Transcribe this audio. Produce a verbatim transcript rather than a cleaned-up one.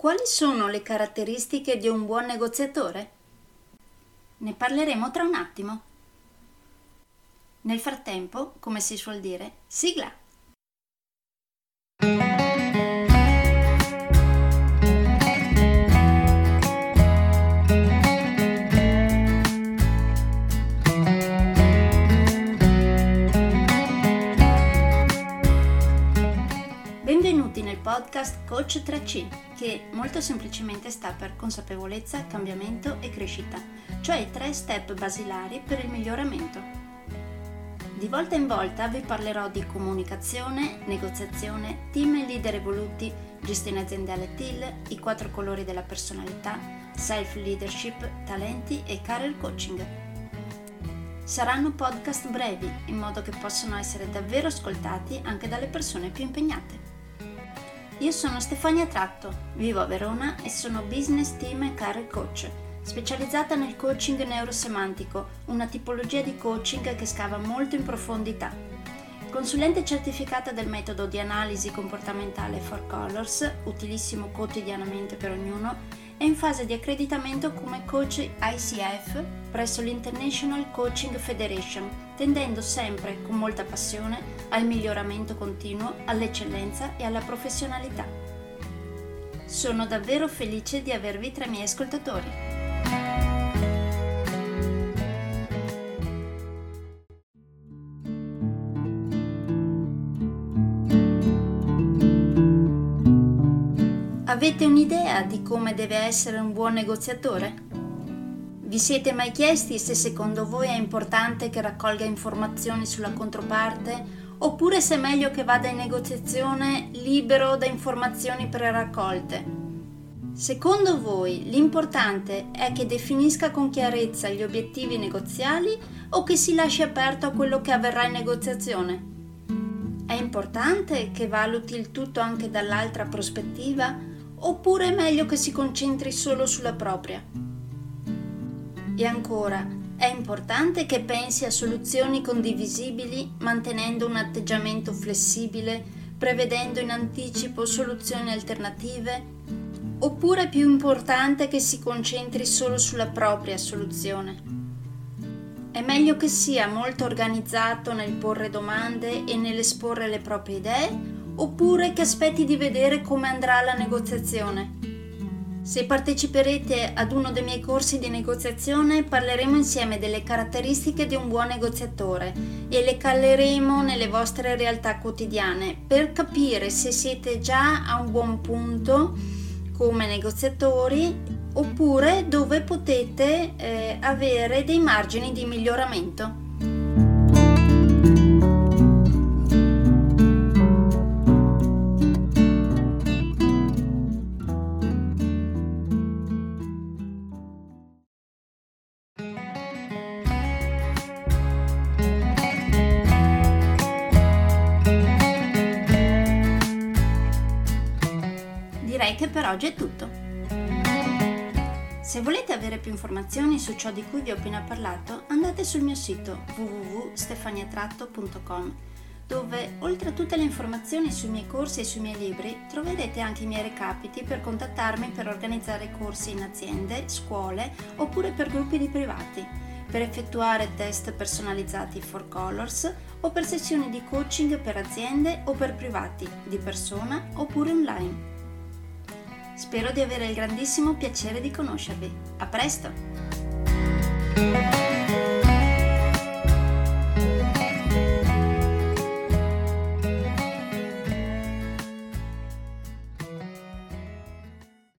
Quali sono le caratteristiche di un buon negoziatore? Ne parleremo tra un attimo. Nel frattempo, come si suol dire, sigla! Benvenuti nel podcast Coach tre C, che molto semplicemente sta per consapevolezza, cambiamento e crescita, cioè i tre step basilari per il miglioramento. Di volta in volta vi parlerò di comunicazione, negoziazione, team e leader evoluti, gestione aziendale T I L, i quattro colori della personalità, self-leadership, talenti e career coaching. Saranno podcast brevi, in modo che possano essere davvero ascoltati anche dalle persone più impegnate. Io sono Stefania Tratto, vivo a Verona e sono Business Team e Career Coach, specializzata nel coaching neurosemantico, una tipologia di coaching che scava molto in profondità. Consulente certificata del metodo di analisi comportamentale Four Colors, utilissimo quotidianamente per ognuno, è in fase di accreditamento come coach I C F presso l'International Coaching Federation, tendendo sempre con molta passione al miglioramento continuo, all'eccellenza e alla professionalità. Sono davvero felice di avervi tra i miei ascoltatori. Avete un'idea di come deve essere un buon negoziatore? Vi siete mai chiesti se secondo voi è importante che raccolga informazioni sulla controparte, oppure se è meglio che vada in negoziazione libero da informazioni preraccolte? Secondo voi l'importante è che definisca con chiarezza gli obiettivi negoziali o che si lasci aperto a quello che avverrà in negoziazione? È importante che valuti il tutto anche dall'altra prospettiva? Oppure è meglio che si concentri solo sulla propria? E ancora, è importante che pensi a soluzioni condivisibili mantenendo un atteggiamento flessibile, prevedendo in anticipo soluzioni alternative? Oppure è più importante che si concentri solo sulla propria soluzione? È meglio che sia molto organizzato nel porre domande e nell'esporre le proprie idee? Oppure che aspetti di vedere come andrà la negoziazione? Se parteciperete ad uno dei miei corsi di negoziazione, parleremo insieme delle caratteristiche di un buon negoziatore e le caleremo nelle vostre realtà quotidiane per capire se siete già a un buon punto come negoziatori oppure dove potete eh, avere dei margini di miglioramento. Direi che per oggi è tutto. Se volete avere più informazioni su ciò di cui vi ho appena parlato, andate sul mio sito w w w punto stefania tratto punto com, dove oltre a tutte le informazioni sui miei corsi e sui miei libri troverete anche i miei recapiti per contattarmi per organizzare corsi in aziende, scuole oppure per gruppi di privati, per effettuare test personalizzati Four Colors o per sessioni di coaching per aziende o per privati, di persona oppure online. Spero di avere il grandissimo piacere di conoscervi. A presto!